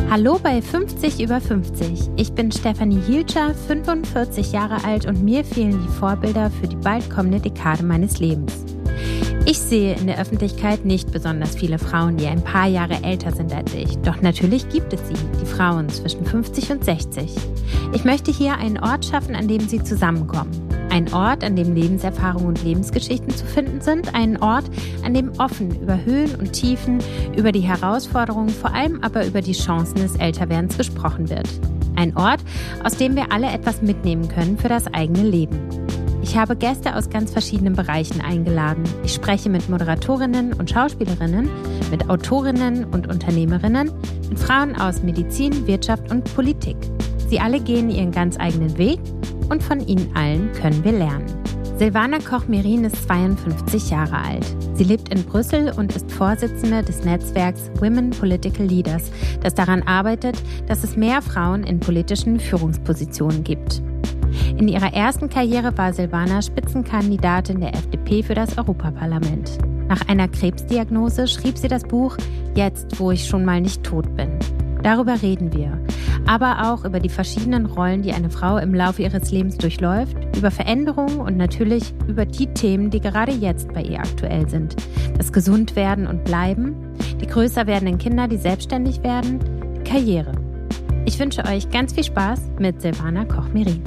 Hallo bei 50 über 50. Ich bin Stefanie Hielscher, 45 Jahre alt und mir fehlen die Vorbilder für die bald kommende Dekade meines Lebens. Ich sehe in der Öffentlichkeit nicht besonders viele Frauen, die ein paar Jahre älter sind als ich. Doch natürlich gibt es sie, die Frauen zwischen 50 und 60. Ich möchte hier einen Ort schaffen, an dem sie zusammenkommen. Ein Ort, an dem Lebenserfahrungen und Lebensgeschichten zu finden sind. Ein Ort, an dem offen über Höhen und Tiefen, über die Herausforderungen, vor allem aber über die Chancen des Älterwerdens gesprochen wird. Ein Ort, aus dem wir alle etwas mitnehmen können für das eigene Leben. Ich habe Gäste aus ganz verschiedenen Bereichen eingeladen. Ich spreche mit Moderatorinnen und Schauspielerinnen, mit Autorinnen und Unternehmerinnen, mit Frauen aus Medizin, Wirtschaft und Politik. Sie alle gehen ihren ganz eigenen Weg und von ihnen allen können wir lernen. Silvana Koch-Merin ist 52 Jahre alt. Sie lebt in Brüssel und ist Vorsitzende des Netzwerks Women Political Leaders, das daran arbeitet, dass es mehr Frauen in politischen Führungspositionen gibt. In ihrer ersten Karriere war Silvana Spitzenkandidatin der FDP für das Europaparlament. Nach einer Krebsdiagnose schrieb sie das Buch »Jetzt, wo ich schon mal nicht tot bin«. Darüber reden wir, aber auch über die verschiedenen Rollen, die eine Frau im Laufe ihres Lebens durchläuft, über Veränderungen und natürlich über die Themen, die gerade jetzt bei ihr aktuell sind. Das Gesundwerden und Bleiben, die größer werdenden Kinder, die selbstständig werden, die Karriere. Ich wünsche euch ganz viel Spaß mit Silvana Koch-Merin.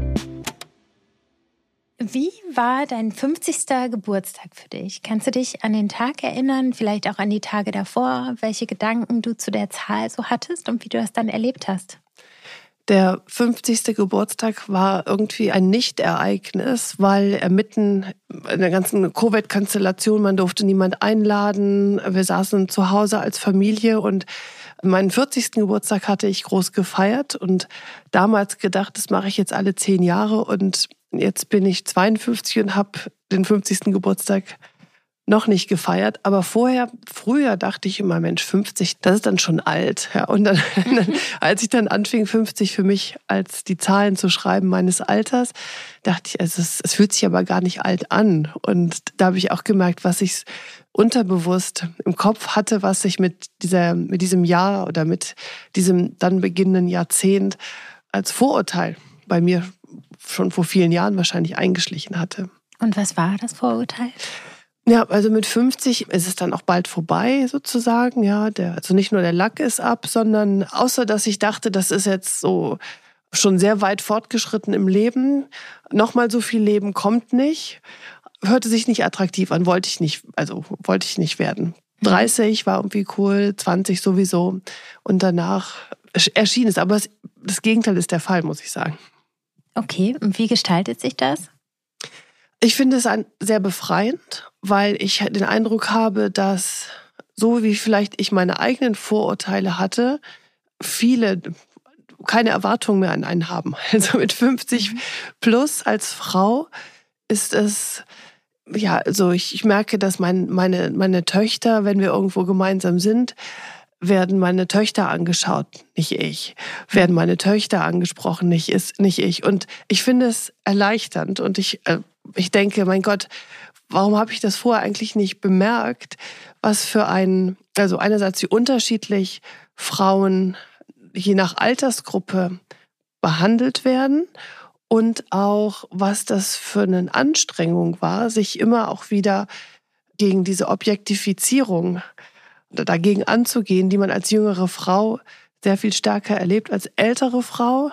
Wie war dein 50. Geburtstag für dich? Kannst du dich an den Tag erinnern, vielleicht auch an die Tage davor, welche Gedanken du zu der Zahl so hattest und wie du das dann erlebt hast? Der 50. Geburtstag war irgendwie ein Nicht-Ereignis, weil er mitten in der ganzen Covid-Konstellation, man durfte niemand einladen, wir saßen zu Hause als Familie und meinen 40. Geburtstag hatte ich groß gefeiert und damals gedacht, das mache ich jetzt alle 10 Jahre und jetzt bin ich 52 und habe den 50. Geburtstag noch nicht gefeiert. Aber früher dachte ich immer, Mensch, 50, das ist dann schon alt. Ja, und dann, als ich dann anfing, 50 für mich als die Zahlen zu schreiben meines Alters, dachte ich, also es fühlt sich aber gar nicht alt an. Und da habe ich auch gemerkt, was ich unterbewusst im Kopf hatte, was sich mit diesem Jahr oder mit diesem dann beginnenden Jahrzehnt als Vorurteil bei mir schon vor vielen Jahren wahrscheinlich eingeschlichen hatte. Und was war das Vorurteil? Ja, also mit 50 ist es dann auch bald vorbei sozusagen. Ja, also nicht nur der Lack ist ab, sondern außer dass ich dachte, das ist jetzt so schon sehr weit fortgeschritten im Leben. Nochmal so viel Leben kommt nicht. Hörte sich nicht attraktiv an, wollte ich nicht werden. 30 war irgendwie cool, 20 sowieso. Und danach erschien es. Aber das Gegenteil ist der Fall, muss ich sagen. Okay, und wie gestaltet sich das? Ich finde es sehr befreiend, weil ich den Eindruck habe, dass so wie vielleicht ich meine eigenen Vorurteile hatte, viele keine Erwartungen mehr an einen haben. Also mit 50 plus als Frau ist es, ja, also ich merke, dass meine Töchter, wenn wir irgendwo gemeinsam sind, werden meine Töchter angeschaut, nicht ich. Werden meine Töchter angesprochen, nicht ich. Und ich finde es erleichternd und ich denke, mein Gott, warum habe ich das vorher eigentlich nicht bemerkt, was für also einerseits wie unterschiedlich Frauen je nach Altersgruppe behandelt werden und auch, was das für eine Anstrengung war, sich immer auch wieder gegen diese Objektifizierung dagegen anzugehen, die man als jüngere Frau sehr viel stärker erlebt. Als ältere Frau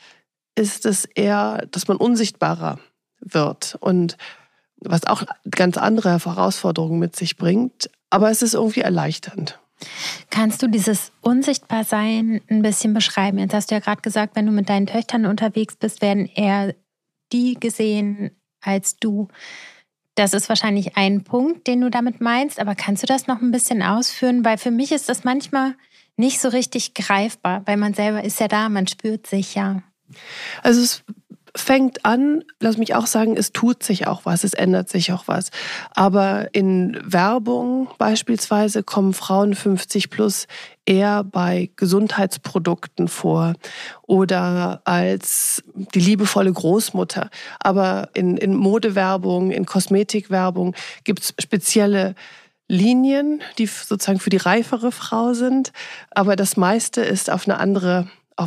ist es eher, dass man unsichtbarer wird und was auch ganz andere Herausforderungen mit sich bringt. Aber es ist irgendwie erleichternd. Kannst du dieses Unsichtbarsein ein bisschen beschreiben? Jetzt hast du ja gerade gesagt, wenn du mit deinen Töchtern unterwegs bist, werden eher die gesehen als du. Das ist wahrscheinlich ein Punkt, den du damit meinst, aber kannst du das noch ein bisschen ausführen? Weil für mich ist das manchmal nicht so richtig greifbar, weil man selber ist ja da, man spürt sich ja. Also es fängt an, lass mich auch sagen, es tut sich auch was, es ändert sich auch was. Aber in Werbung beispielsweise kommen Frauen 50 plus eher bei Gesundheitsprodukten vor oder als die liebevolle Großmutter. Aber in Modewerbung, in Kosmetikwerbung gibt es spezielle Linien, die sozusagen für die reifere Frau sind, aber das meiste ist auf einer anderen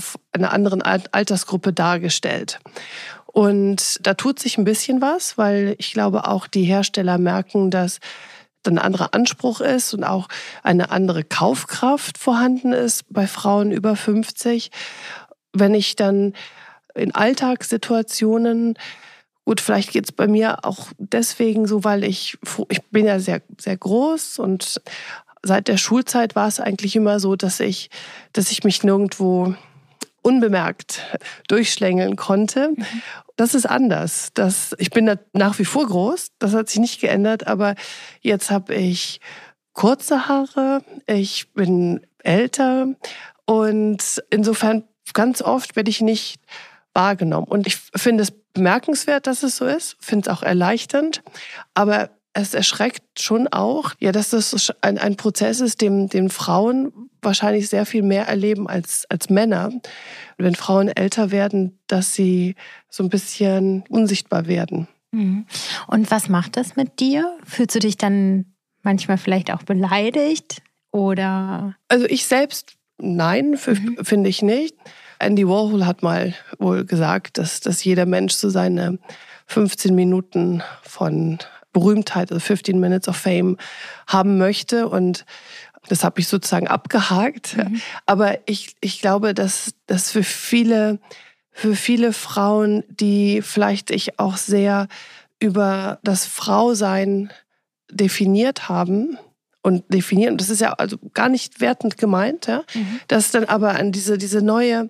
Altersgruppe dargestellt. Und da tut sich ein bisschen was, weil ich glaube auch die Hersteller merken, dass ein anderer Anspruch ist und auch eine andere Kaufkraft vorhanden ist bei Frauen über 50. Wenn ich dann in Alltagssituationen, gut, vielleicht geht es bei mir auch deswegen so, weil ich bin ja sehr, sehr groß und seit der Schulzeit war es eigentlich immer so, dass ich mich nirgendwo unbemerkt durchschlängeln konnte. Das ist anders. Ich bin nach wie vor groß, das hat sich nicht geändert, aber jetzt habe ich kurze Haare, ich bin älter und insofern ganz oft werde ich nicht wahrgenommen. Und ich finde es bemerkenswert, dass es so ist, finde es auch erleichternd, aber es erschreckt schon auch, ja, dass das ein Prozess ist, den Frauen wahrscheinlich sehr viel mehr erleben als Männer. Wenn Frauen älter werden, dass sie so ein bisschen unsichtbar werden. Und was macht das mit dir? Fühlst du dich dann manchmal vielleicht auch beleidigt? Oder? Also ich selbst, nein, finde ich nicht. Andy Warhol hat mal wohl gesagt, dass jeder Mensch so seine 15 Minuten von Berühmtheit, also 15 Minutes of Fame, haben möchte. Und das habe ich sozusagen abgehakt. Aber ich glaube, dass für viele Frauen, die vielleicht ich auch sehr über das Frausein definiert haben und definieren, das ist ja also gar nicht wertend gemeint, ja, dass dann aber an diese neue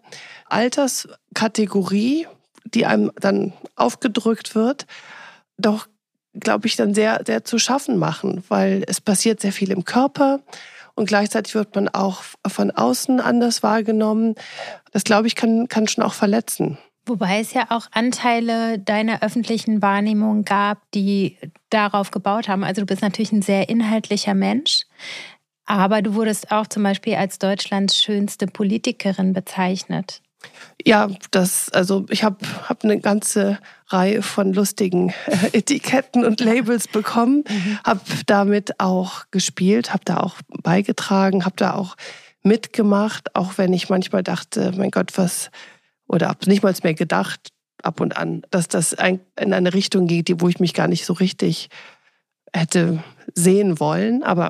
Alterskategorie, die einem dann aufgedrückt wird, doch, glaube ich, dann sehr, sehr zu schaffen machen, weil es passiert sehr viel im Körper und gleichzeitig wird man auch von außen anders wahrgenommen. Das, glaube ich, kann schon auch verletzen. Wobei es ja auch Anteile deiner öffentlichen Wahrnehmung gab, die darauf gebaut haben. Also du bist natürlich ein sehr inhaltlicher Mensch, aber du wurdest auch zum Beispiel als Deutschlands schönste Politikerin bezeichnet. Ja, ich habe eine ganze Reihe von lustigen Etiketten und Labels bekommen, habe damit auch gespielt, habe da auch beigetragen, habe da auch mitgemacht, auch wenn ich manchmal dachte, mein Gott, oder habe nicht mal mehr gedacht, ab und an, dass das in eine Richtung geht, wo ich mich gar nicht so richtig hätte sehen wollen. Aber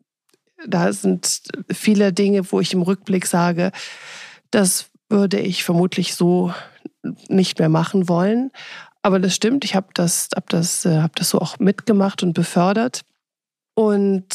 da sind viele Dinge, wo ich im Rückblick sage, das würde ich vermutlich so nicht mehr machen wollen. Aber das stimmt, ich habe das so auch mitgemacht und befördert und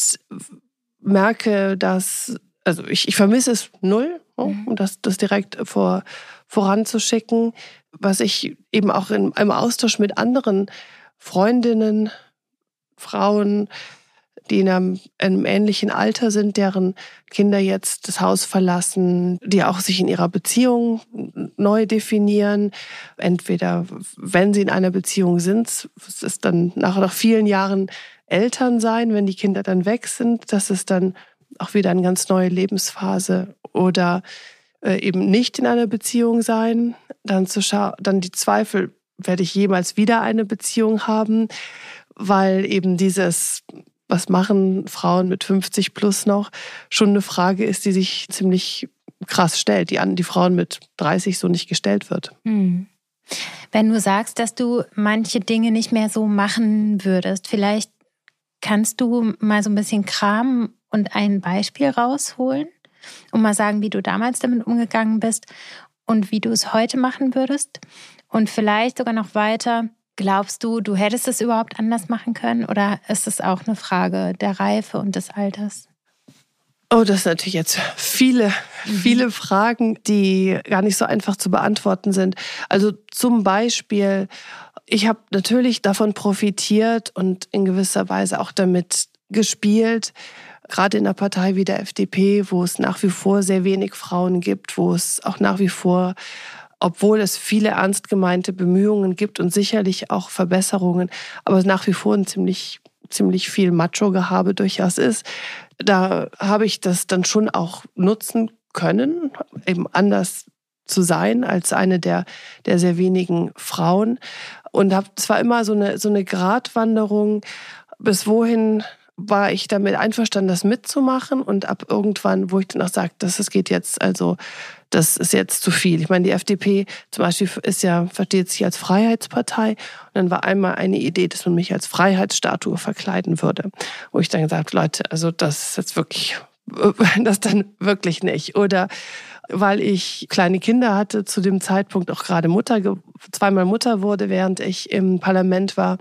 merke, dass, also ich vermisse es null, um das direkt voranzuschicken, was ich eben auch in einem Austausch mit anderen Freundinnen, Frauen, die in einem ähnlichen Alter sind, deren Kinder jetzt das Haus verlassen, die auch sich in ihrer Beziehung neu definieren. Entweder, wenn sie in einer Beziehung sind, es ist dann nach vielen Jahren Eltern sein, wenn die Kinder dann weg sind, das ist dann auch wieder eine ganz neue Lebensphase. Oder eben nicht in einer Beziehung sein, dann die Zweifel, werde ich jemals wieder eine Beziehung haben, weil eben dieses, was machen Frauen mit 50 plus noch, schon eine Frage ist, die sich ziemlich krass stellt, die an die Frauen mit 30 so nicht gestellt wird. Wenn du sagst, dass du manche Dinge nicht mehr so machen würdest, vielleicht kannst du mal so ein bisschen kramen und ein Beispiel rausholen und mal sagen, wie du damals damit umgegangen bist und wie du es heute machen würdest. Und vielleicht sogar noch weiter, glaubst du, du hättest es überhaupt anders machen können oder ist es auch eine Frage der Reife und des Alters? Oh, das sind natürlich jetzt viele Fragen, die gar nicht so einfach zu beantworten sind. Also zum Beispiel, ich habe natürlich davon profitiert und in gewisser Weise auch damit gespielt, gerade in einer Partei wie der FDP, wo es nach wie vor sehr wenig Frauen gibt, wo es auch nach wie vor, obwohl es viele ernst gemeinte Bemühungen gibt und sicherlich auch Verbesserungen, aber nach wie vor ein ziemlich viel Macho-Gehabe durchaus ist, da habe ich das dann schon auch nutzen können, eben anders zu sein als eine der sehr wenigen Frauen. Und habe zwar immer so eine Gratwanderung, bis wohin war ich damit einverstanden, das mitzumachen. Und ab irgendwann, wo ich dann auch sagte, das geht jetzt, also das ist jetzt zu viel. Ich meine, die FDP zum Beispiel versteht sich als Freiheitspartei. Und dann war einmal eine Idee, dass man mich als Freiheitsstatue verkleiden würde. Wo ich dann gesagt habe, Leute, also das ist jetzt wirklich, das dann wirklich nicht. Oder weil ich kleine Kinder hatte, zu dem Zeitpunkt auch gerade zweimal Mutter wurde, während ich im Parlament war.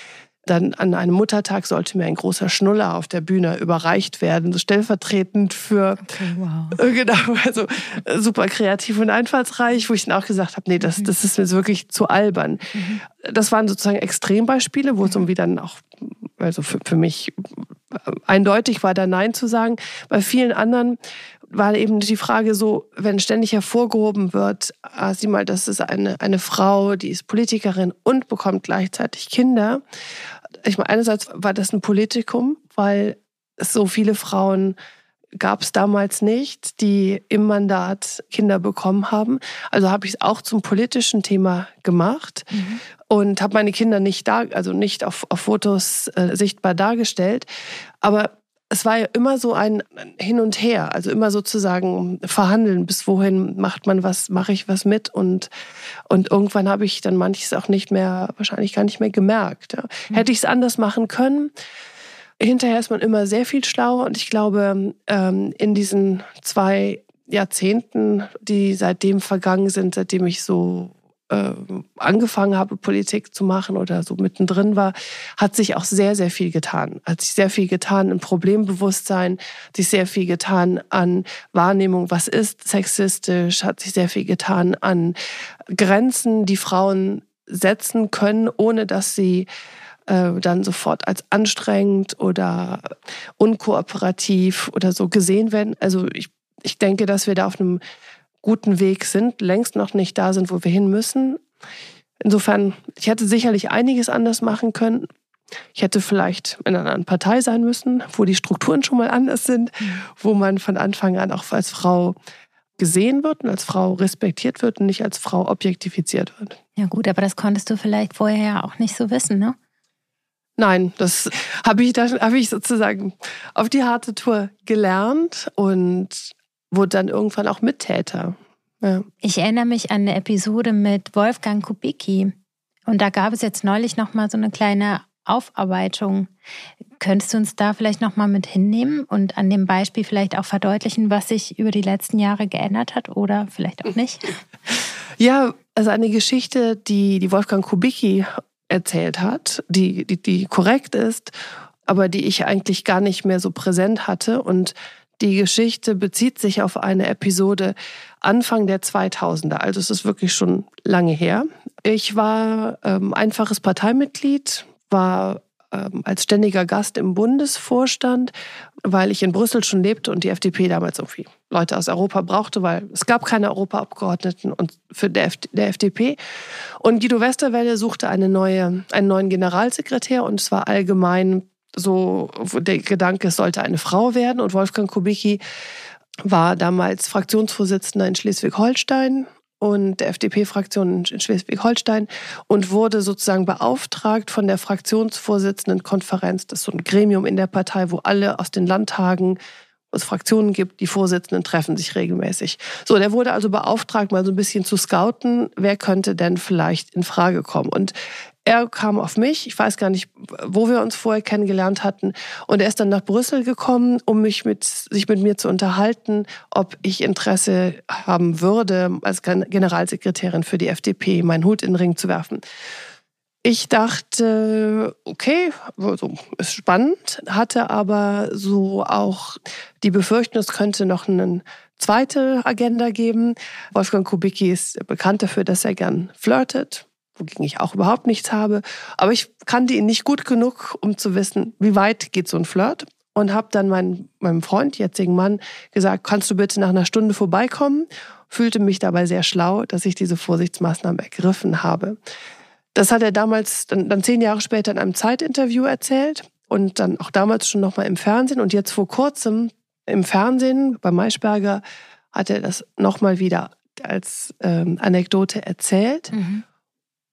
Dann an einem Muttertag sollte mir ein großer Schnuller auf der Bühne überreicht werden, so stellvertretend für, genau, also super kreativ und einfallsreich, wo ich dann auch gesagt habe, nee, das ist mir wirklich zu albern. Das waren sozusagen Extrembeispiele, wo es irgendwie dann auch, also für mich eindeutig war, da Nein zu sagen. Bei vielen anderen war eben die Frage so, wenn ständig hervorgehoben wird, sieh mal, das ist eine Frau, die ist Politikerin und bekommt gleichzeitig Kinder. Ich meine, einerseits war das ein Politikum, weil es so viele Frauen gab es damals nicht, die im Mandat Kinder bekommen haben. Also habe ich es auch zum politischen Thema gemacht und habe meine Kinder nicht auf Fotos sichtbar dargestellt. Aber es war ja immer so ein Hin und Her, also immer sozusagen verhandeln, bis wohin mache ich was mit und irgendwann habe ich dann manches auch wahrscheinlich gar nicht mehr gemerkt. Ja. Hätte ich es anders machen können? Hinterher ist man immer sehr viel schlauer und ich glaube, in diesen 2 Jahrzehnten, die seitdem vergangen sind, seitdem ich so angefangen habe, Politik zu machen oder so mittendrin war, hat sich auch sehr, sehr viel getan. Hat sich sehr viel getan im Problembewusstsein, hat sich sehr viel getan an Wahrnehmung, was ist sexistisch, hat sich sehr viel getan an Grenzen, die Frauen setzen können, ohne dass sie dann sofort als anstrengend oder unkooperativ oder so gesehen werden. Also ich denke, dass wir da auf einem guten Weg sind, längst noch nicht da sind, wo wir hin müssen. Insofern, ich hätte sicherlich einiges anders machen können. Ich hätte vielleicht in einer anderen Partei sein müssen, wo die Strukturen schon mal anders sind, wo man von Anfang an auch als Frau gesehen wird und als Frau respektiert wird und nicht als Frau objektifiziert wird. Ja gut, aber das konntest du vielleicht vorher ja auch nicht so wissen, ne? Nein, das habe ich sozusagen auf die harte Tour gelernt und wurde dann irgendwann auch Mittäter. Ja. Ich erinnere mich an eine Episode mit Wolfgang Kubicki. Und da gab es jetzt neulich nochmal so eine kleine Aufarbeitung. Könntest du uns da vielleicht nochmal mit hinnehmen und an dem Beispiel vielleicht auch verdeutlichen, was sich über die letzten Jahre geändert hat oder vielleicht auch nicht? Ja, also eine Geschichte, die Wolfgang Kubicki erzählt hat, die korrekt ist, aber die ich eigentlich gar nicht mehr so präsent hatte. Und die Geschichte bezieht sich auf eine Episode Anfang der 2000er, also es ist wirklich schon lange her. Ich war einfaches Parteimitglied, war als ständiger Gast im Bundesvorstand, weil ich in Brüssel schon lebte und die FDP damals irgendwie Leute aus Europa brauchte, weil es gab keine Europaabgeordneten und für der FDP. Und Guido Westerwelle suchte einen neuen Generalsekretär und es war allgemein so der Gedanke, es sollte eine Frau werden. Und Wolfgang Kubicki war damals Fraktionsvorsitzender in Schleswig-Holstein und der FDP-Fraktion in Schleswig-Holstein und wurde sozusagen beauftragt von der Fraktionsvorsitzendenkonferenz. Das ist so ein Gremium in der Partei, wo alle aus den Landtagen, wo es Fraktionen gibt, die Vorsitzenden treffen sich regelmäßig. So, der wurde also beauftragt, mal so ein bisschen zu scouten, wer könnte denn vielleicht in Frage kommen. Und er kam auf mich, ich weiß gar nicht, wo wir uns vorher kennengelernt hatten, und er ist dann nach Brüssel gekommen, um sich mit mir zu unterhalten, ob ich Interesse haben würde, als Generalsekretärin für die FDP meinen Hut in den Ring zu werfen. Ich dachte, okay, so ist spannend, hatte aber so auch die Befürchtung, es könnte noch eine zweite Agenda geben. Wolfgang Kubicki ist bekannt dafür, dass er gern flirtet, wogegen ich auch überhaupt nichts habe. Aber ich kannte ihn nicht gut genug, um zu wissen, wie weit geht so ein Flirt. Und habe dann meinem Freund, jetzigen Mann, gesagt, kannst du bitte nach einer Stunde vorbeikommen? Fühlte mich dabei sehr schlau, dass ich diese Vorsichtsmaßnahmen ergriffen habe. Das hat er damals, dann 10 Jahre später in einem Zeitinterview erzählt und dann auch damals schon nochmal im Fernsehen. Und jetzt vor kurzem im Fernsehen bei Maischberger hat er das nochmal wieder als Anekdote erzählt. Mhm.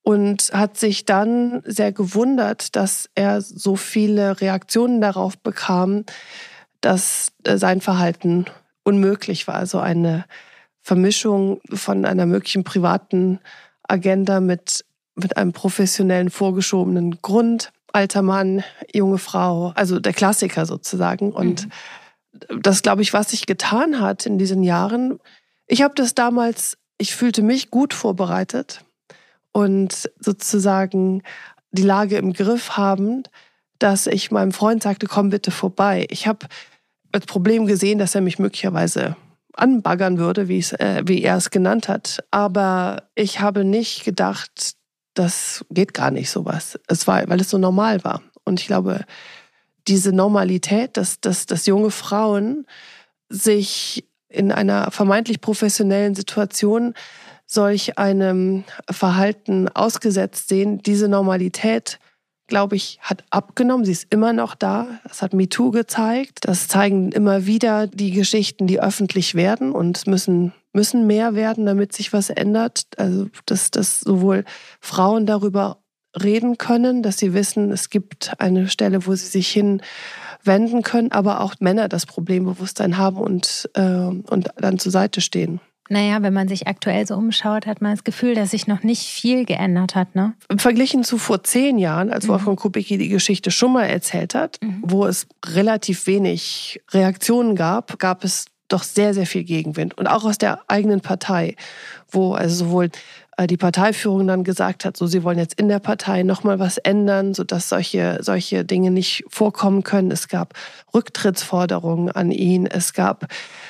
und hat sich dann sehr gewundert, dass er so viele Reaktionen darauf bekam, dass sein Verhalten unmöglich war. Also eine Vermischung von einer möglichen privaten Agenda mit einem professionellen vorgeschobenen Grund. Alter Mann, junge Frau, also der Klassiker sozusagen. Und das, glaube ich, was sich getan hat in diesen Jahren. Ich habe das damals, ich fühlte mich gut vorbereitet und sozusagen die Lage im Griff habend, dass ich meinem Freund sagte, komm bitte vorbei. Ich habe das Problem gesehen, dass er mich möglicherweise anbaggern würde, wie er es genannt hat. Aber ich habe nicht gedacht, das geht gar nicht sowas. Weil es so normal war. Und ich glaube, diese Normalität, dass junge Frauen sich in einer vermeintlich professionellen Situation solch einem Verhalten ausgesetzt sehen, diese Normalität, glaube ich, hat abgenommen. Sie ist immer noch da. Das hat MeToo gezeigt. Das zeigen immer wieder die Geschichten, die öffentlich werden und müssen mehr werden, damit sich was ändert. Also, dass sowohl Frauen darüber reden können, dass sie wissen, es gibt eine Stelle, wo sie sich hinwenden können, aber auch Männer das Problembewusstsein haben und dann zur Seite stehen. Naja, wenn man sich aktuell so umschaut, hat man das Gefühl, dass sich noch nicht viel geändert hat, ne? Verglichen zu vor 10 Jahren, als Wolfgang Kubicki die Geschichte schon mal erzählt hat, wo es relativ wenig Reaktionen gab es doch sehr, sehr viel Gegenwind. Und auch aus der eigenen Partei, wo also sowohl die Parteiführung dann gesagt hat, so sie wollen jetzt in der Partei nochmal was ändern, sodass solche Dinge nicht vorkommen können. Es gab Rücktrittsforderungen an ihn, es gab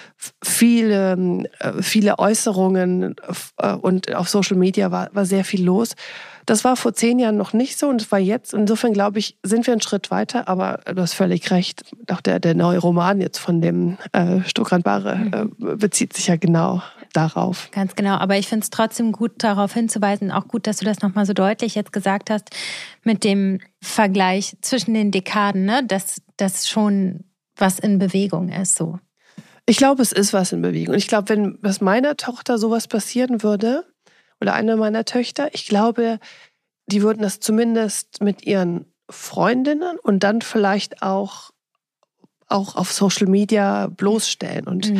viele Äußerungen und auf Social Media war sehr viel los. Das war vor 10 Jahren noch nicht so und es war jetzt. Insofern glaube ich, sind wir einen Schritt weiter, aber du hast völlig recht. Auch der neue Roman jetzt von dem Stuckrad-Barre bezieht sich ja genau darauf. Ganz genau, aber ich finde es trotzdem gut, darauf hinzuweisen, auch gut, dass du das nochmal so deutlich jetzt gesagt hast, mit dem Vergleich zwischen den Dekaden, ne? Dass das schon was in Bewegung ist, so. Ich glaube, es ist was in Bewegung. Und ich glaube, wenn was meiner Tochter sowas passieren würde, oder einer meiner Töchter, ich glaube, die würden das zumindest mit ihren Freundinnen und dann vielleicht auch auf Social Media bloßstellen. Und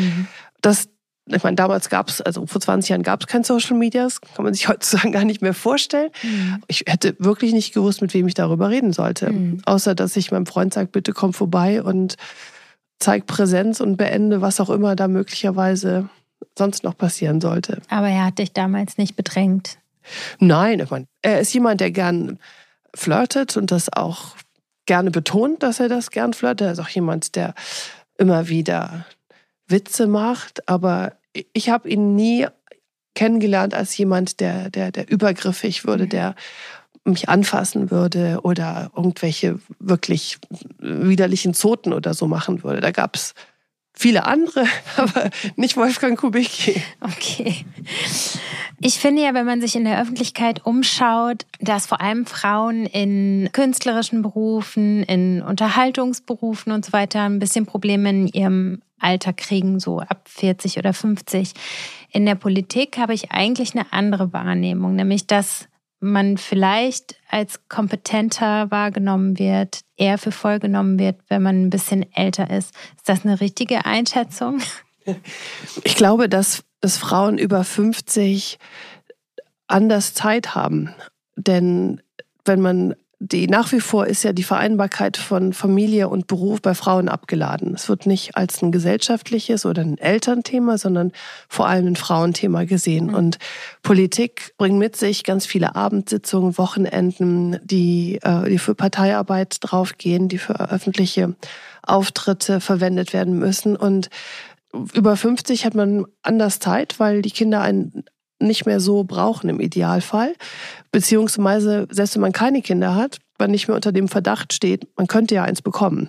ich meine, damals gab es, also vor 20 Jahren gab es kein Social Media, das kann man sich heutzutage gar nicht mehr vorstellen. Ich hätte wirklich nicht gewusst, mit wem ich darüber reden sollte. Außer, dass ich meinem Freund sage, bitte komm vorbei und zeig Präsenz und beende, was auch immer da möglicherweise sonst noch passieren sollte. Aber er hat dich damals nicht bedrängt? Nein, ich meine, er ist jemand, der gern flirtet und das auch gerne betont, dass er das gern flirtet. Er ist auch jemand, der immer wieder Witze macht, aber ich habe ihn nie kennengelernt als jemand, der übergriffig würde, der mich anfassen würde oder irgendwelche wirklich widerlichen Zoten oder so machen würde. Da gab es viele andere, aber nicht Wolfgang Kubicki. Okay. Ich finde ja, wenn man sich in der Öffentlichkeit umschaut, dass vor allem Frauen in künstlerischen Berufen, in Unterhaltungsberufen und so weiter ein bisschen Probleme in ihrem Alter kriegen, so ab 40 oder 50. In der Politik habe ich eigentlich eine andere Wahrnehmung, nämlich dass man vielleicht als kompetenter wahrgenommen wird, eher für voll genommen wird, wenn man ein bisschen älter ist. Ist das eine richtige Einschätzung? Ich glaube, dass Frauen über 50 anders Zeit haben. Denn nach wie vor ist ja die Vereinbarkeit von Familie und Beruf bei Frauen abgeladen. Es wird nicht als ein gesellschaftliches oder ein Elternthema, sondern vor allem ein Frauenthema gesehen. Und Politik bringt mit sich ganz viele Abendsitzungen, Wochenenden, die für Parteiarbeit draufgehen, die für öffentliche Auftritte verwendet werden müssen. Und über 50 hat man anders Zeit, weil die Kinder einen nicht mehr so brauchen im Idealfall. Beziehungsweise, selbst wenn man keine Kinder hat, man nicht mehr unter dem Verdacht steht, man könnte ja eins bekommen.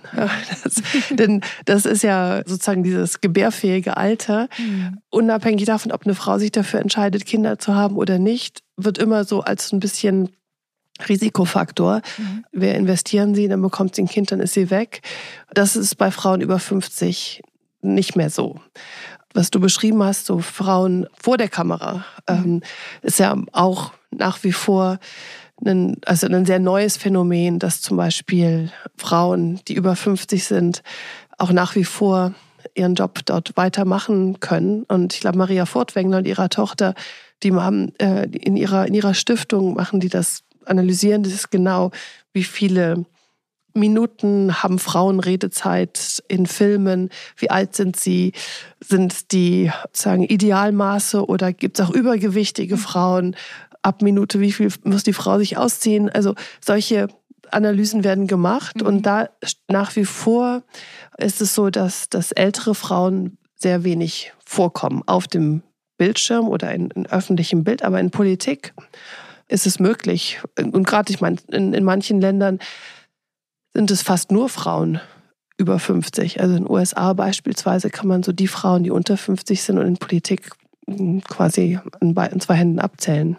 Denn das ist ja sozusagen dieses gebärfähige Alter. Unabhängig davon, ob eine Frau sich dafür entscheidet, Kinder zu haben oder nicht, wird immer so als ein bisschen Risikofaktor. Wer investieren sie, dann bekommt sie ein Kind, dann ist sie weg. Das ist bei Frauen über 50 nicht mehr so. Was du beschrieben hast, so Frauen vor der Kamera, ist ja auch nach wie vor ein sehr neues Phänomen, dass zum Beispiel Frauen, die über 50 sind, auch nach wie vor ihren Job dort weitermachen können. Und ich glaube, Maria Furtwängler und ihre Tochter, die haben in ihrer Stiftung analysieren das genau, wie viele Minuten haben Frauen Redezeit in Filmen, wie alt sind sie, sind die sozusagen Idealmaße oder gibt es auch übergewichtige Frauen, ab Minute wie viel muss die Frau sich ausziehen, also solche Analysen werden gemacht und da nach wie vor ist es so, dass ältere Frauen sehr wenig vorkommen auf dem Bildschirm oder in öffentlichem Bild, aber in Politik ist es möglich und gerade, ich meine, in manchen Ländern sind es fast nur Frauen über 50. Also in den USA beispielsweise kann man so die Frauen, die unter 50 sind und in Politik quasi an 2 Händen abzählen.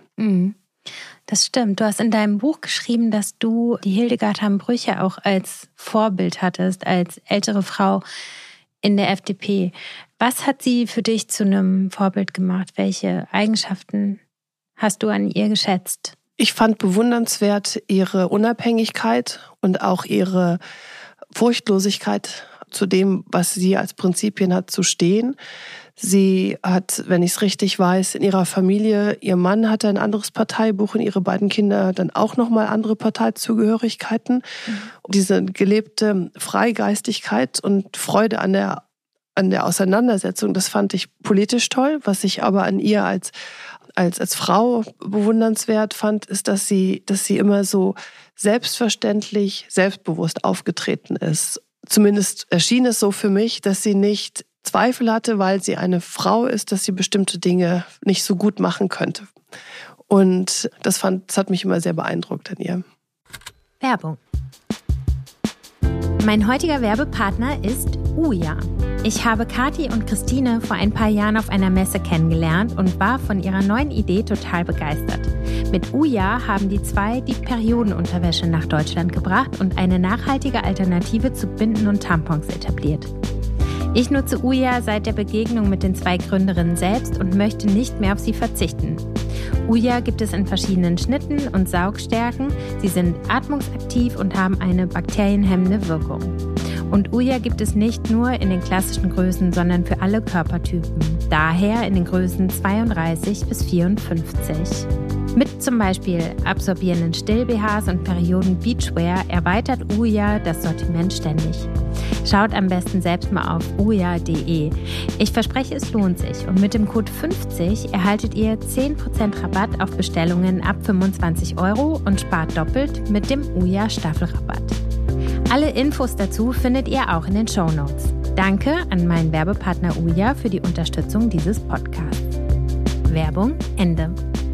Das stimmt. Du hast in deinem Buch geschrieben, dass du die Hildegard Hamm-Brücher auch als Vorbild hattest, als ältere Frau in der FDP. Was hat sie für dich zu einem Vorbild gemacht? Welche Eigenschaften hast du an ihr geschätzt? Ich fand bewundernswert ihre Unabhängigkeit und auch ihre Furchtlosigkeit zu dem, was sie als Prinzipien hat, zu stehen. Sie hat, wenn ich es richtig weiß, in ihrer Familie, ihr Mann hatte ein anderes Parteibuch und ihre beiden Kinder dann auch nochmal andere Parteizugehörigkeiten. Diese gelebte Freigeistigkeit und Freude an der Auseinandersetzung, das fand ich politisch toll. Was ich aber an ihr als Frau bewundernswert fand, ist, dass sie immer so selbstverständlich, selbstbewusst aufgetreten ist. Zumindest erschien es so für mich, dass sie nicht Zweifel hatte, weil sie eine Frau ist, dass sie bestimmte Dinge nicht so gut machen könnte. Und das hat mich immer sehr beeindruckt an ihr. Werbung. Mein heutiger Werbepartner ist Ouya. Ich habe Kathi und Christine vor ein paar Jahren auf einer Messe kennengelernt und war von ihrer neuen Idee total begeistert. Mit Ouya haben die 2 die Periodenunterwäsche nach Deutschland gebracht und eine nachhaltige Alternative zu Binden und Tampons etabliert. Ich nutze Ouya seit der Begegnung mit den 2 Gründerinnen selbst und möchte nicht mehr auf sie verzichten. Ouya gibt es in verschiedenen Schnitten und Saugstärken. Sie sind atmungsaktiv und haben eine bakterienhemmende Wirkung. Und Ouya gibt es nicht nur in den klassischen Größen, sondern für alle Körpertypen. Daher in den Größen 32 bis 54. Mit zum Beispiel absorbierenden Still-BHs und Perioden-Beachwear erweitert Ouya das Sortiment ständig. Schaut am besten selbst mal auf ouya.de. Ich verspreche, es lohnt sich. Und mit dem Code 50 erhaltet ihr 10% Rabatt auf Bestellungen ab 25 € und spart doppelt mit dem Ouya Staffelrabatt. Alle Infos dazu findet ihr auch in den Shownotes. Danke an meinen Werbepartner Ouya für die Unterstützung dieses Podcasts. Werbung Ende.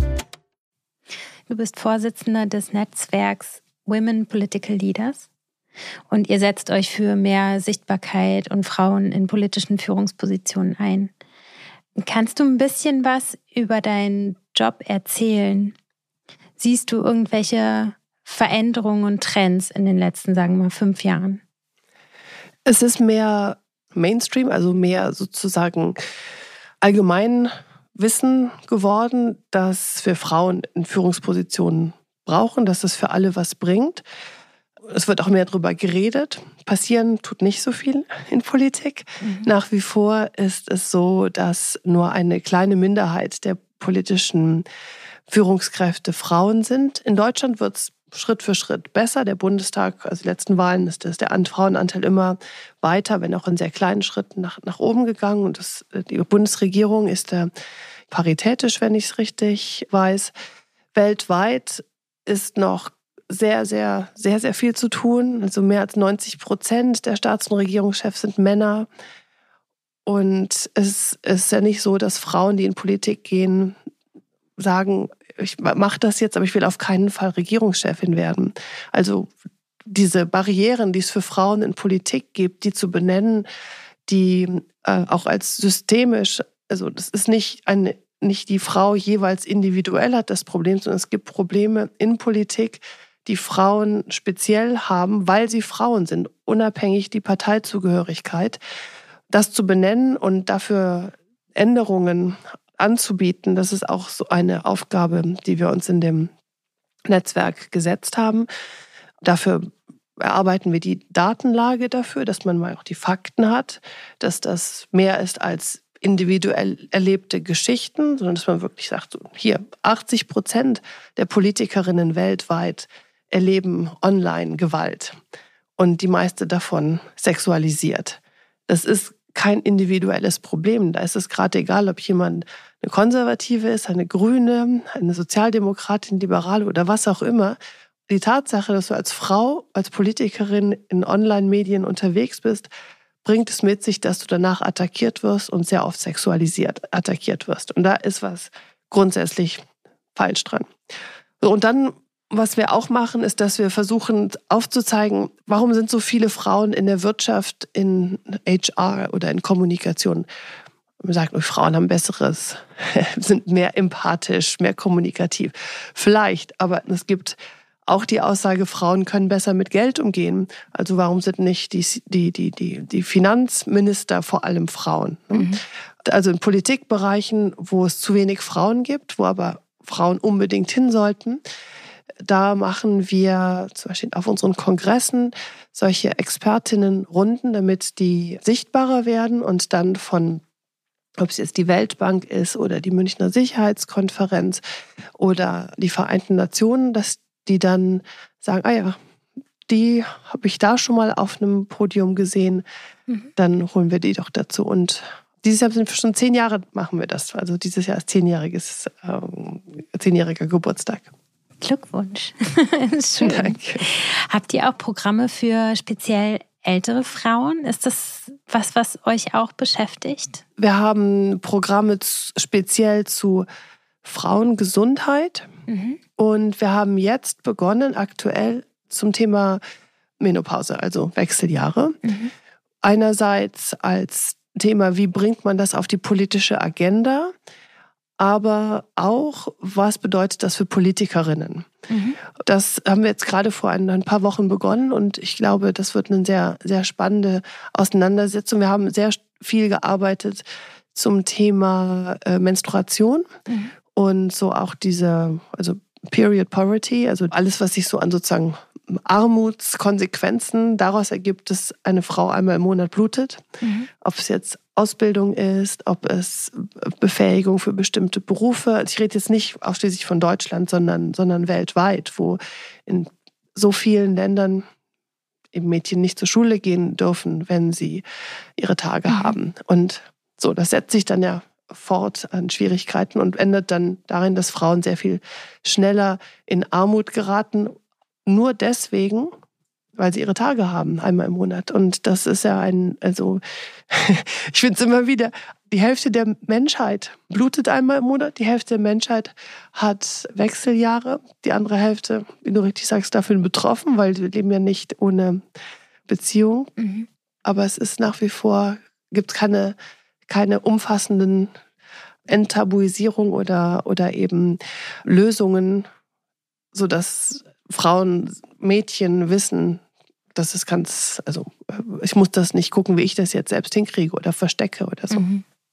Du bist Vorsitzender des Netzwerks Women Political Leaders und ihr setzt euch für mehr Sichtbarkeit und Frauen in politischen Führungspositionen ein. Kannst du ein bisschen was über deinen Job erzählen? Siehst du irgendwelche Veränderungen und Trends in den letzten, sagen wir mal, 5 Jahren? Es ist mehr Mainstream, also mehr sozusagen allgemein Wissen geworden, dass wir Frauen in Führungspositionen brauchen, dass es für alle was bringt. Es wird auch mehr darüber geredet. Passieren tut nicht so viel in Politik. Nach wie vor ist es so, dass nur eine kleine Minderheit der politischen Führungskräfte Frauen sind. In Deutschland wird es Schritt für Schritt besser. Der Bundestag, also die letzten Wahlen, ist der Frauenanteil immer weiter, wenn auch in sehr kleinen Schritten nach oben gegangen. Und die Bundesregierung ist paritätisch, wenn ich es richtig weiß. Weltweit ist noch sehr, sehr, sehr, sehr viel zu tun. Also mehr als 90% der Staats- und Regierungschefs sind Männer. Und es ist ja nicht so, dass Frauen, die in Politik gehen, sagen, ich mache das jetzt, aber ich will auf keinen Fall Regierungschefin werden. Also diese Barrieren, die es für Frauen in Politik gibt, die zu benennen, die auch als systemisch, also das ist nicht die Frau jeweils individuell hat das Problem, sondern es gibt Probleme in Politik, die Frauen speziell haben, weil sie Frauen sind, unabhängig die Parteizugehörigkeit. Das zu benennen und dafür Änderungen anzubieten. Das ist auch so eine Aufgabe, die wir uns in dem Netzwerk gesetzt haben. Dafür erarbeiten wir die Datenlage dafür, dass man mal auch die Fakten hat, dass das mehr ist als individuell erlebte Geschichten, sondern dass man wirklich sagt, so, hier 80% der Politikerinnen weltweit erleben Online-Gewalt und die meiste davon sexualisiert. Das ist kein individuelles Problem. Da ist es gerade egal, ob jemand eine Konservative ist, eine Grüne, eine Sozialdemokratin, Liberale oder was auch immer. Die Tatsache, dass du als Frau, als Politikerin in Online-Medien unterwegs bist, bringt es mit sich, dass du danach attackiert wirst und sehr oft sexualisiert attackiert wirst. Und da ist was grundsätzlich falsch dran. So, und dann, was wir auch machen, ist, dass wir versuchen aufzuzeigen, warum sind so viele Frauen in der Wirtschaft, in HR oder in Kommunikation. Man sagt, Frauen haben besseres, sind mehr empathisch, mehr kommunikativ. Vielleicht, aber es gibt auch die Aussage, Frauen können besser mit Geld umgehen. Also warum sind nicht die Finanzminister vor allem Frauen? Mhm. Also in Politikbereichen, wo es zu wenig Frauen gibt, wo aber Frauen unbedingt hin sollten, da machen wir zum Beispiel auf unseren Kongressen solche Expertinnenrunden, damit die sichtbarer werden und dann von, ob es jetzt die Weltbank ist oder die Münchner Sicherheitskonferenz oder die Vereinten Nationen, dass die dann sagen, ah ja, die habe ich da schon mal auf einem Podium gesehen, dann holen wir die doch dazu. Und dieses Jahr sind wir schon 10 Jahre, machen wir das. Also dieses Jahr ist 10-jähriger Geburtstag. Glückwunsch. Schön. Danke. Habt ihr auch Programme für speziell ältere Frauen? Ist das was euch auch beschäftigt? Wir haben Programme speziell zu Frauengesundheit. Und wir haben jetzt begonnen, aktuell zum Thema Menopause, also Wechseljahre. Einerseits als Thema, wie bringt man das auf die politische Agenda, aber auch, was bedeutet das für Politikerinnen? Das haben wir jetzt gerade vor ein paar Wochen begonnen und ich glaube, das wird eine sehr, sehr spannende Auseinandersetzung. Wir haben sehr viel gearbeitet zum Thema Menstruation. Und so auch also Period Poverty, also alles, was sich so an sozusagen Armutskonsequenzen daraus ergibt, dass eine Frau einmal im Monat blutet. Ob es jetzt Ausbildung ist, ob es Befähigung für bestimmte Berufe. Ich rede jetzt nicht ausschließlich von Deutschland, sondern weltweit, wo in so vielen Ländern eben Mädchen nicht zur Schule gehen dürfen, wenn sie ihre Tage haben. Und so, das setzt sich dann ja fort an Schwierigkeiten und endet dann darin, dass Frauen sehr viel schneller in Armut geraten, nur deswegen, weil sie ihre Tage haben, einmal im Monat. Und das ist ja ich finde es immer wieder, die Hälfte der Menschheit blutet einmal im Monat, die Hälfte der Menschheit hat Wechseljahre, die andere Hälfte, wie du richtig sagst, dafür betroffen, weil wir leben ja nicht ohne Beziehung. Aber es ist nach wie vor, gibt keine umfassenden Enttabuisierung oder eben Lösungen, sodass Frauen, Mädchen wissen, dass es ich muss das nicht gucken, wie ich das jetzt selbst hinkriege oder verstecke oder so.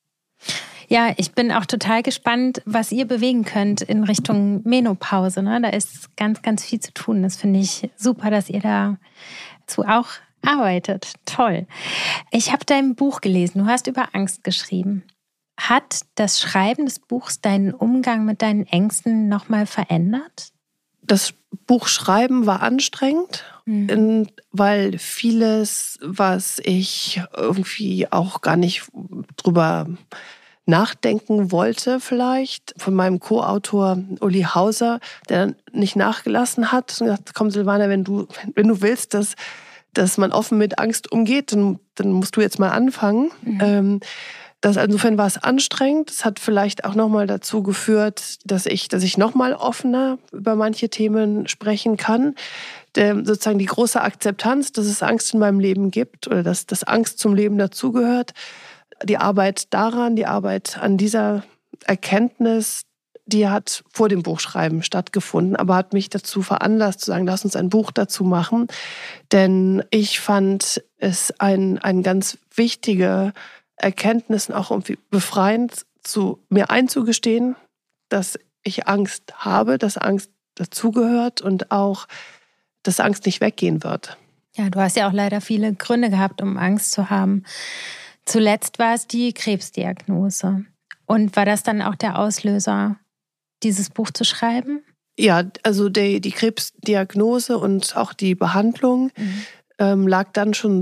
Ja, ich bin auch total gespannt, was ihr bewegen könnt in Richtung Menopause. Ne? Da ist ganz, ganz viel zu tun. Das finde ich super, dass ihr dazu auch arbeitet. Toll. Ich habe dein Buch gelesen. Du hast über Angst geschrieben. Hat das Schreiben des Buchs deinen Umgang mit deinen Ängsten nochmal verändert? Das Buchschreiben war anstrengend, weil vieles, was ich irgendwie auch gar nicht drüber nachdenken wollte vielleicht, von meinem Co-Autor Uli Hauser, der nicht nachgelassen hat und gesagt, komm Silvana, wenn du willst, dass man offen mit Angst umgeht, dann musst du jetzt mal anfangen. Insofern war es anstrengend. Es hat vielleicht auch nochmal dazu geführt, dass ich nochmal offener über manche Themen sprechen kann. Sozusagen die große Akzeptanz, dass es Angst in meinem Leben gibt oder dass Angst zum Leben dazugehört. Die Arbeit daran, die Arbeit an dieser Erkenntnis, die hat vor dem Buchschreiben stattgefunden, aber hat mich dazu veranlasst, zu sagen, lass uns ein Buch dazu machen. Denn ich fand es ein ganz wichtige Erkenntnis, auch irgendwie befreiend mir einzugestehen, dass ich Angst habe, dass Angst dazugehört und auch, dass Angst nicht weggehen wird. Ja, du hast ja auch leider viele Gründe gehabt, um Angst zu haben. Zuletzt war es die Krebsdiagnose. Und war das dann auch der Auslöser, dieses Buch zu schreiben? Ja, also die Krebsdiagnose und auch die Behandlung lag dann schon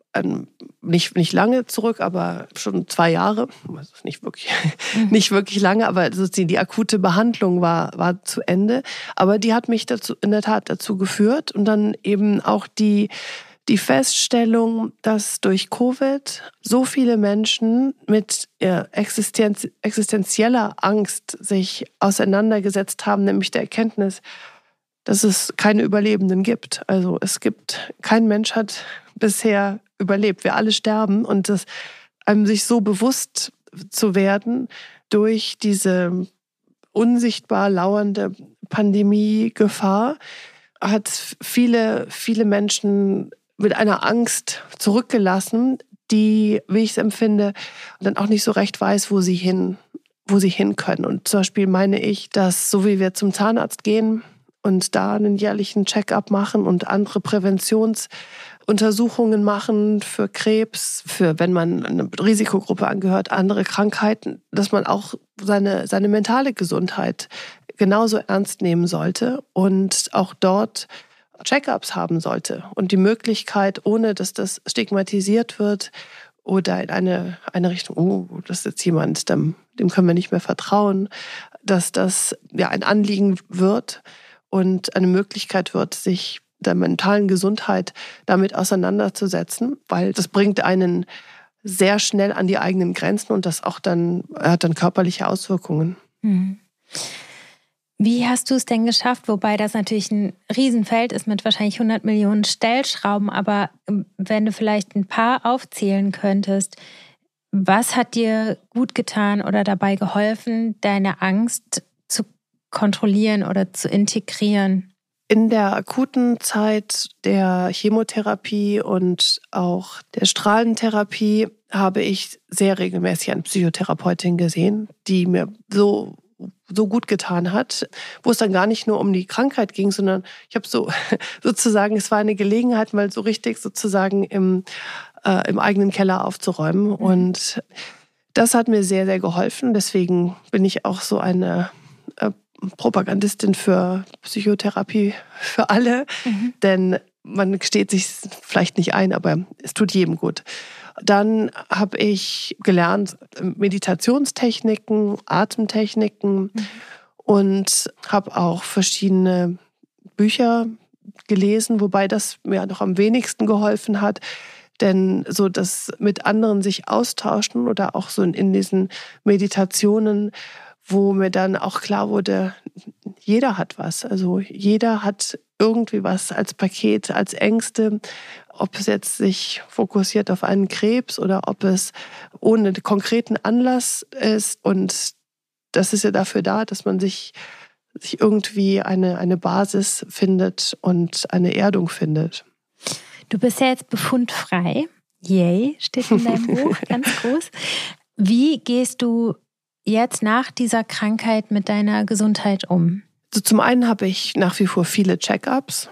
nicht lange zurück, aber schon 2 Jahre. Also nicht wirklich lange, aber die akute Behandlung war zu Ende. Aber die hat mich in der Tat dazu geführt. Und dann eben auch die Feststellung, dass durch Covid so viele Menschen mit existenzieller Angst sich auseinandergesetzt haben, nämlich der Erkenntnis, dass es keine Überlebenden gibt. Also kein Mensch hat bisher überlebt. Wir alle sterben, und das einem sich so bewusst zu werden durch diese unsichtbar lauernde Pandemie-Gefahr hat viele, viele Menschen mit einer Angst zurückgelassen, die, wie ich es empfinde, dann auch nicht so recht weiß, wo sie hin können. Und zum Beispiel meine ich, dass so wie wir zum Zahnarzt gehen und da einen jährlichen Check-up machen und andere Präventionsuntersuchungen machen für Krebs, für wenn man einer Risikogruppe angehört, andere Krankheiten, dass man auch seine mentale Gesundheit genauso ernst nehmen sollte und auch dort Check-ups haben sollte und die Möglichkeit, ohne dass das stigmatisiert wird oder in eine Richtung, das ist jetzt jemand, dem können wir nicht mehr vertrauen, dass das ja ein Anliegen wird und eine Möglichkeit wird, sich der mentalen Gesundheit damit auseinanderzusetzen, weil das bringt einen sehr schnell an die eigenen Grenzen und das auch hat dann körperliche Auswirkungen. Mhm. Wie hast du es denn geschafft? Wobei das natürlich ein Riesenfeld ist mit wahrscheinlich 100 Millionen Stellschrauben, aber wenn du vielleicht ein paar aufzählen könntest, was hat dir gut getan oder dabei geholfen, deine Angst zu kontrollieren oder zu integrieren? In der akuten Zeit der Chemotherapie und auch der Strahlentherapie habe ich sehr regelmäßig eine Psychotherapeutin gesehen, die mir so gut getan hat, wo es dann gar nicht nur um die Krankheit ging, sondern ich habe sozusagen, es war eine Gelegenheit, mal so richtig sozusagen im eigenen Keller aufzuräumen. Und das hat mir sehr, sehr geholfen. Deswegen bin ich auch so eine Propagandistin für Psychotherapie für alle, denn man gesteht sich vielleicht nicht ein, aber es tut jedem gut. Dann habe ich gelernt Meditationstechniken, Atemtechniken und habe auch verschiedene Bücher gelesen, wobei das mir noch am wenigsten geholfen hat. Denn so das mit anderen sich austauschen oder auch so in diesen Meditationen, wo mir dann auch klar wurde, jeder hat was. Also jeder hat irgendwie was als Paket, als Ängste, ob es jetzt sich fokussiert auf einen Krebs oder ob es ohne konkreten Anlass ist. Und das ist ja dafür da, dass man sich irgendwie eine Basis findet und eine Erdung findet. Du bist ja jetzt befundfrei. Yay, steht in deinem Buch, ganz groß. Wie gehst du jetzt nach dieser Krankheit mit deiner Gesundheit um? Also zum einen habe ich nach wie vor viele Check-ups.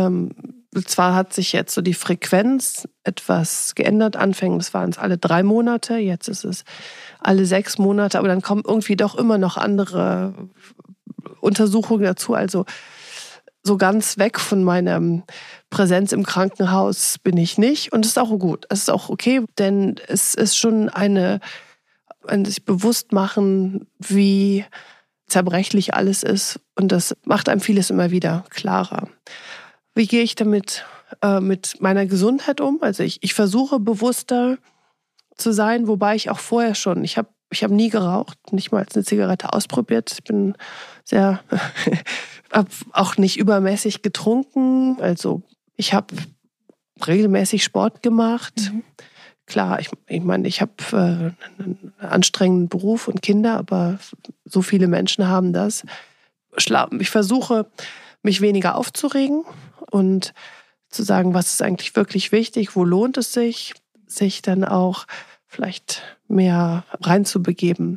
Zwar hat sich jetzt so die Frequenz etwas geändert. Anfänglich waren es alle 3 Monate, jetzt ist es alle 6 Monate, aber dann kommen irgendwie doch immer noch andere Untersuchungen dazu. Also so ganz weg von meiner Präsenz im Krankenhaus bin ich nicht. Und es ist auch gut, es ist auch okay, denn es ist schon ein sich bewusst machen, wie zerbrechlich alles ist. Und das macht einem vieles immer wieder klarer. Wie gehe ich damit mit meiner Gesundheit um? Also ich versuche bewusster zu sein, wobei ich auch vorher schon, ich hab nie geraucht, nicht mal eine Zigarette ausprobiert. Ich bin habe auch nicht übermäßig getrunken. Also ich habe regelmäßig Sport gemacht. Klar, ich meine, ich habe einen anstrengenden Beruf und Kinder, aber so viele Menschen haben das. Ich versuche, mich weniger aufzuregen und zu sagen, was ist eigentlich wirklich wichtig, wo lohnt es sich dann auch vielleicht mehr reinzubegeben.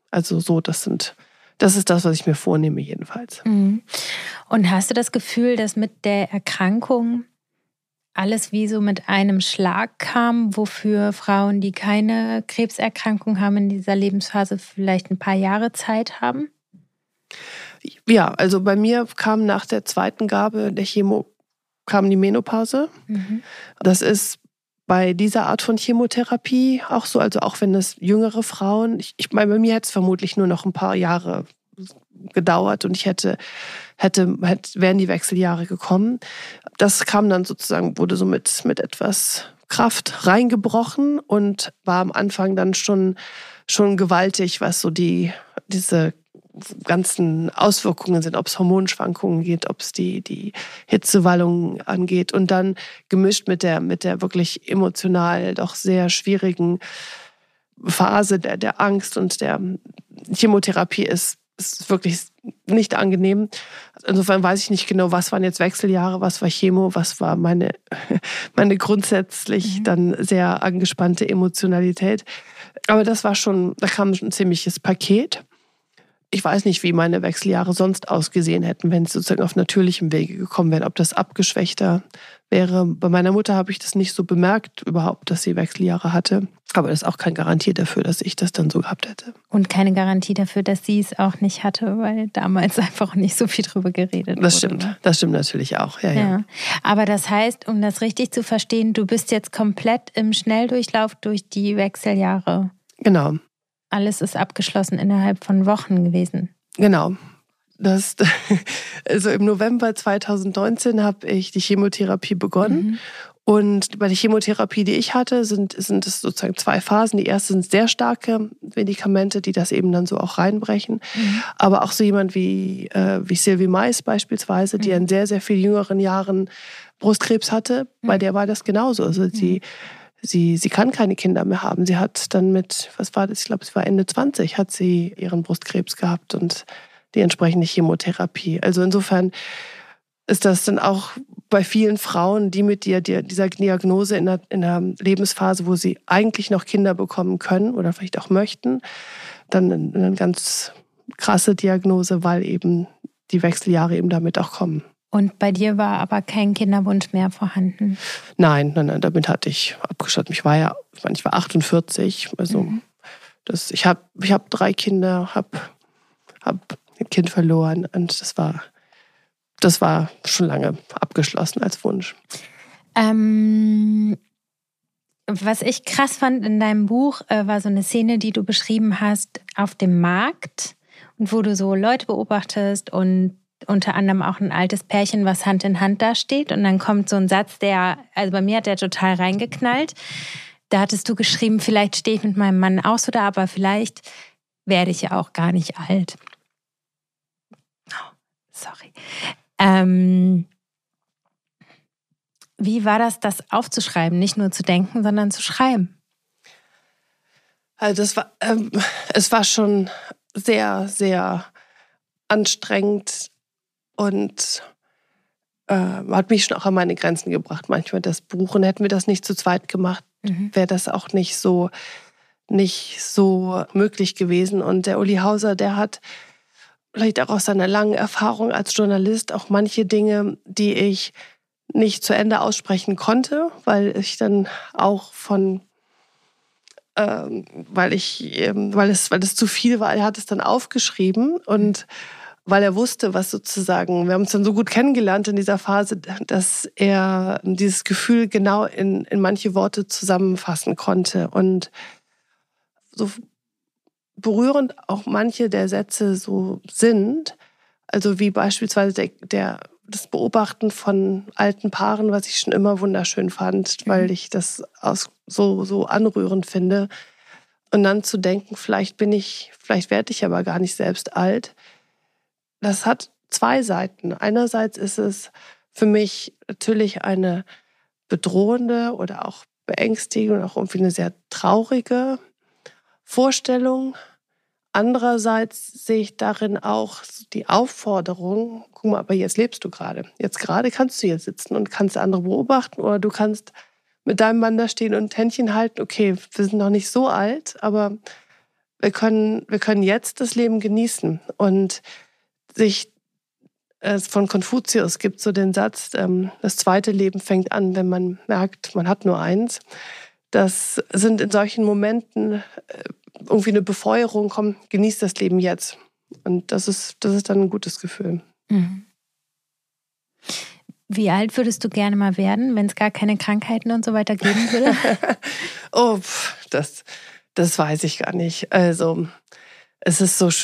Also so, das ist das, was ich mir vornehme jedenfalls. Mhm. Und hast du das Gefühl, dass mit der Erkrankung alles wie so mit einem Schlag kam, wofür Frauen, die keine Krebserkrankung haben, in dieser Lebensphase vielleicht ein paar Jahre Zeit haben? Ja, also bei mir kam nach der zweiten Gabe der Chemo kam die Menopause. Mhm. Das ist bei dieser Art von Chemotherapie auch so, also auch wenn es jüngere Frauen, ich meine, bei mir hätte es vermutlich nur noch ein paar Jahre gedauert und wären die Wechseljahre gekommen. Das kam dann sozusagen, wurde so mit etwas Kraft reingebrochen und war am Anfang dann schon gewaltig, was so diese ganzen Auswirkungen sind, ob es Hormonschwankungen geht, ob es die Hitzewallungen angeht und dann gemischt mit der wirklich emotional doch sehr schwierigen Phase der Angst und der Chemotherapie ist wirklich nicht angenehm. Insofern weiß ich nicht genau, was waren jetzt Wechseljahre, was war Chemo, was war meine grundsätzlich dann sehr angespannte Emotionalität. Aber da kam schon ein ziemliches Paket. Ich weiß nicht, wie meine Wechseljahre sonst ausgesehen hätten, wenn sie sozusagen auf natürlichem Wege gekommen wären, ob das abgeschwächter wäre. Bei meiner Mutter habe ich das nicht so bemerkt überhaupt, dass sie Wechseljahre hatte. Aber das ist auch keine Garantie dafür, dass ich das dann so gehabt hätte. Und keine Garantie dafür, dass sie es auch nicht hatte, weil damals einfach nicht so viel drüber geredet wurde. Das stimmt natürlich auch. Ja. Aber das heißt, um das richtig zu verstehen, du bist jetzt komplett im Schnelldurchlauf durch die Wechseljahre. Genau. Alles ist abgeschlossen innerhalb von Wochen gewesen. Genau. Also im November 2019 habe ich die Chemotherapie begonnen. Und bei der Chemotherapie, die ich hatte, sind es sozusagen 2 Phasen. Die erste sind sehr starke Medikamente, die das eben dann so auch reinbrechen. Aber auch so jemand wie Sylvie Mais beispielsweise, die in sehr, sehr viel jüngeren Jahren Brustkrebs hatte, bei der war das genauso. Also Sie kann keine Kinder mehr haben. Sie hat dann ich glaube, sie war Ende 20, hat sie ihren Brustkrebs gehabt und die entsprechende Chemotherapie. Also insofern ist das dann auch bei vielen Frauen, die mit dieser Diagnose in einer Lebensphase, wo sie eigentlich noch Kinder bekommen können oder vielleicht auch möchten, dann eine ganz krasse Diagnose, weil eben die Wechseljahre eben damit auch kommen. Und bei dir war aber kein Kinderwunsch mehr vorhanden? Nein, damit hatte ich abgeschlossen. Ich war 48, also ich habe 3 Kinder, hab ein Kind verloren und das war schon lange abgeschlossen als Wunsch. Was ich krass fand in deinem Buch, war so eine Szene, die du beschrieben hast auf dem Markt und wo du so Leute beobachtest und unter anderem auch ein altes Pärchen, was Hand in Hand da steht. Und dann kommt so ein Satz, also bei mir hat der total reingeknallt. Da hattest du geschrieben, vielleicht stehe ich mit meinem Mann auch so da, aber vielleicht werde ich ja auch gar nicht alt. Oh, sorry. Wie war das aufzuschreiben? Nicht nur zu denken, sondern zu schreiben? Also es war schon sehr, sehr anstrengend und hat mich schon auch an meine Grenzen gebracht. Manchmal das Buch. Und hätten wir das nicht zu zweit gemacht, wäre das auch nicht so möglich gewesen. Und der Uli Hauser, der hat vielleicht auch aus seiner langen Erfahrung als Journalist auch manche Dinge, die ich nicht zu Ende aussprechen konnte, weil ich dann auch weil es zu viel war, er hat es dann aufgeschrieben und weil er wusste, was sozusagen, wir haben uns dann so gut kennengelernt in dieser Phase, dass er dieses Gefühl genau in manche Worte zusammenfassen konnte. Und so berührend auch manche der Sätze so sind, also wie beispielsweise das Beobachten von alten Paaren, was ich schon immer wunderschön fand, weil ich das so anrührend finde. Und dann zu denken, vielleicht werde ich aber gar nicht selbst alt. Das hat 2 Seiten. Einerseits ist es für mich natürlich eine bedrohende oder auch beängstigende und auch irgendwie eine sehr traurige Vorstellung. Andererseits sehe ich darin auch die Aufforderung, guck mal, aber jetzt lebst du gerade. Jetzt gerade kannst du hier sitzen und kannst andere beobachten oder du kannst mit deinem Mann da stehen und Händchen halten. Okay, wir sind noch nicht so alt, aber wir können jetzt das Leben genießen und sich von Konfuzius gibt so den Satz, das zweite Leben fängt an, wenn man merkt, man hat nur eins. Das sind in solchen Momenten irgendwie eine Befeuerung, komm, genieß das Leben jetzt. Und das ist dann ein gutes Gefühl. Mhm. Wie alt würdest du gerne mal werden, wenn es gar keine Krankheiten und so weiter geben würde? Oh, das weiß ich gar nicht. Also, es ist so.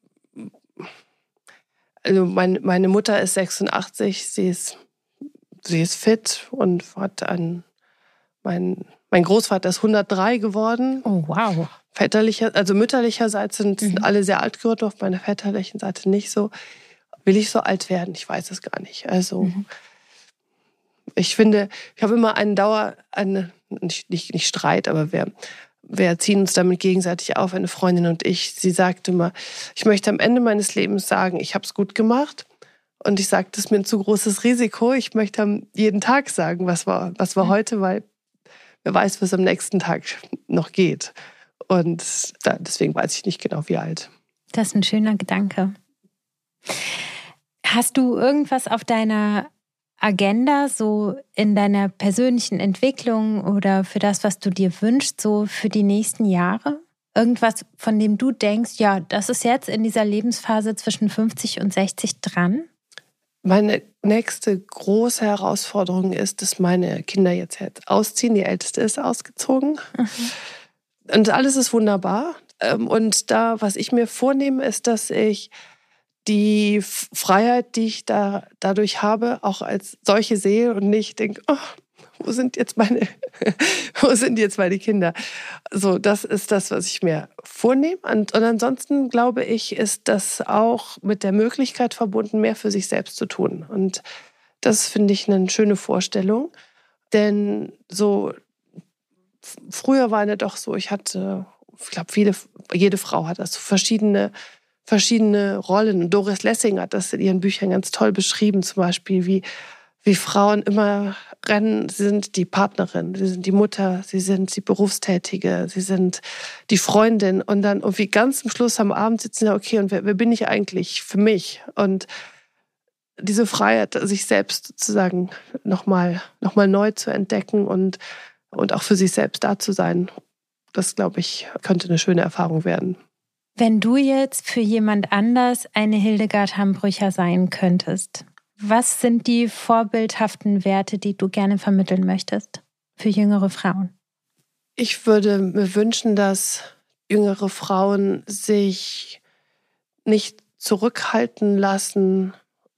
Also meine Mutter ist 86, sie ist fit und hat mein Großvater ist 103 geworden. Oh, wow. Mütterlicherseits sind alle sehr alt geworden, auf meiner väterlichen Seite nicht so. Will ich so alt werden? Ich weiß es gar nicht. Also ich finde, ich habe immer nicht Streit, aber wir ziehen uns damit gegenseitig auf, eine Freundin und ich. Sie sagte immer, ich möchte am Ende meines Lebens sagen, ich habe es gut gemacht. Und ich sagte, das ist mir ein zu großes Risiko. Ich möchte jeden Tag sagen, was war heute, weil wer weiß, was am nächsten Tag noch geht. Und deswegen weiß ich nicht genau, wie alt. Das ist ein schöner Gedanke. Hast du irgendwas auf deiner Agenda, so in deiner persönlichen Entwicklung oder für das, was du dir wünschst, so für die nächsten Jahre? Irgendwas, von dem du denkst, ja, das ist jetzt in dieser Lebensphase zwischen 50 und 60 dran? Meine nächste große Herausforderung ist, dass meine Kinder jetzt ausziehen. Die Älteste ist ausgezogen. Und alles ist wunderbar. Und was ich mir vornehme, ist, dass ich die Freiheit, die ich dadurch habe, auch als solche sehe und nicht denke, oh, wo sind jetzt meine Kinder? So, das ist das, was ich mir vornehme. Und ansonsten, glaube ich, ist das auch mit der Möglichkeit verbunden, mehr für sich selbst zu tun. Und das finde ich eine schöne Vorstellung. Denn so früher war es doch so, ich glaube, jede Frau hat das, verschiedene Rollen. Doris Lessing hat das in ihren Büchern ganz toll beschrieben, zum Beispiel, wie Frauen immer rennen. Sie sind die Partnerin, sie sind die Mutter, sie sind die Berufstätige, sie sind die Freundin. Und dann irgendwie ganz am Schluss am Abend sitzen sie, okay, und wer bin ich eigentlich für mich? Und diese Freiheit, sich selbst sozusagen nochmal neu zu entdecken und auch für sich selbst da zu sein, das, glaube ich, könnte eine schöne Erfahrung werden. Wenn du jetzt für jemand anders eine Hildegard Hambrücher sein könntest, was sind die vorbildhaften Werte, die du gerne vermitteln möchtest für jüngere Frauen? Ich würde mir wünschen, dass jüngere Frauen sich nicht zurückhalten lassen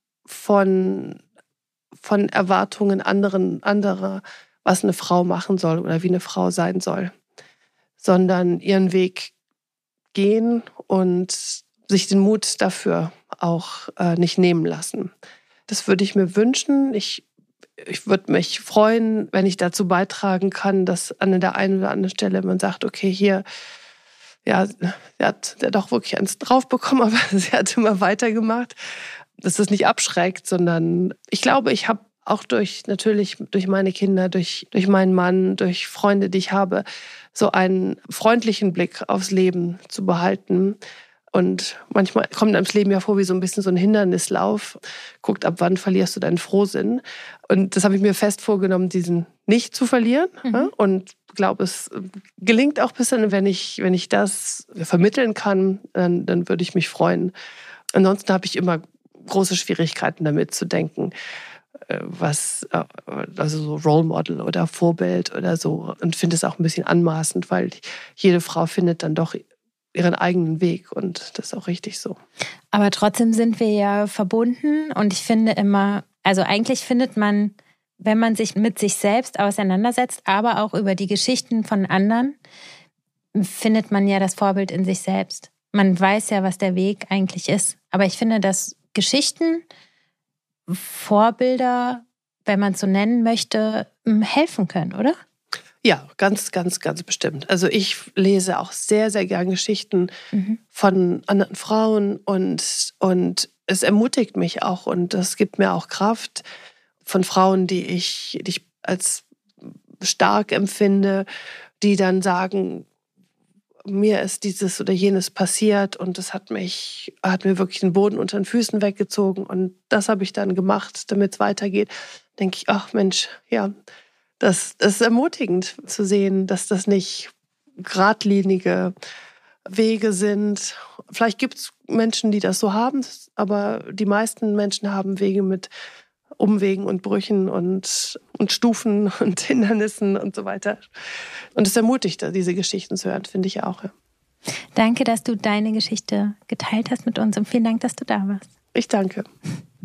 von Erwartungen anderer, was eine Frau machen soll oder wie eine Frau sein soll, sondern ihren Weg gehen und sich den Mut dafür auch nicht nehmen lassen. Das würde ich mir wünschen. Ich würde mich freuen, wenn ich dazu beitragen kann, dass an der einen oder anderen Stelle man sagt, okay, hier, ja, sie hat doch wirklich eins drauf bekommen, aber sie hat immer weitergemacht. Dass das nicht abschreckt, sondern ich glaube, ich habe auch durch meine Kinder, durch meinen Mann, durch Freunde, die ich habe, so einen freundlichen Blick aufs Leben zu behalten. Und manchmal kommt einem das Leben ja vor wie so ein bisschen so ein Hindernislauf. Guckt, ab wann verlierst du deinen Frohsinn. Und das habe ich mir fest vorgenommen, diesen nicht zu verlieren. Und glaube, es gelingt auch bis dann, wenn ich das vermitteln kann, dann würde ich mich freuen. Ansonsten habe ich immer große Schwierigkeiten damit zu denken, also so Role Model oder Vorbild oder so, und finde es auch ein bisschen anmaßend, weil jede Frau findet dann doch ihren eigenen Weg und das ist auch richtig so. Aber trotzdem sind wir ja verbunden und ich finde immer, also eigentlich findet man, wenn man sich mit sich selbst auseinandersetzt, aber auch über die Geschichten von anderen, findet man ja das Vorbild in sich selbst. Man weiß ja, was der Weg eigentlich ist. Aber ich finde, dass Geschichten, Vorbilder, wenn man es so nennen möchte, helfen können, oder? Ja, ganz, ganz, ganz bestimmt. Also ich lese auch sehr, sehr gern Geschichten von anderen Frauen und es ermutigt mich auch und das gibt mir auch Kraft von Frauen, die ich als stark empfinde, die dann sagen, mir ist dieses oder jenes passiert und das hat mir wirklich den Boden unter den Füßen weggezogen und das habe ich dann gemacht, damit es weitergeht. Denke ich, ach Mensch, ja, das ist ermutigend zu sehen, dass das nicht geradlinige Wege sind. Vielleicht gibt es Menschen, die das so haben, aber die meisten Menschen haben Wege mit Umwegen und Brüchen und Stufen und Hindernissen und so weiter. Und es ermutigt, diese Geschichten zu hören, finde ich auch. Ja. Danke, dass du deine Geschichte geteilt hast mit uns und vielen Dank, dass du da warst. Ich danke.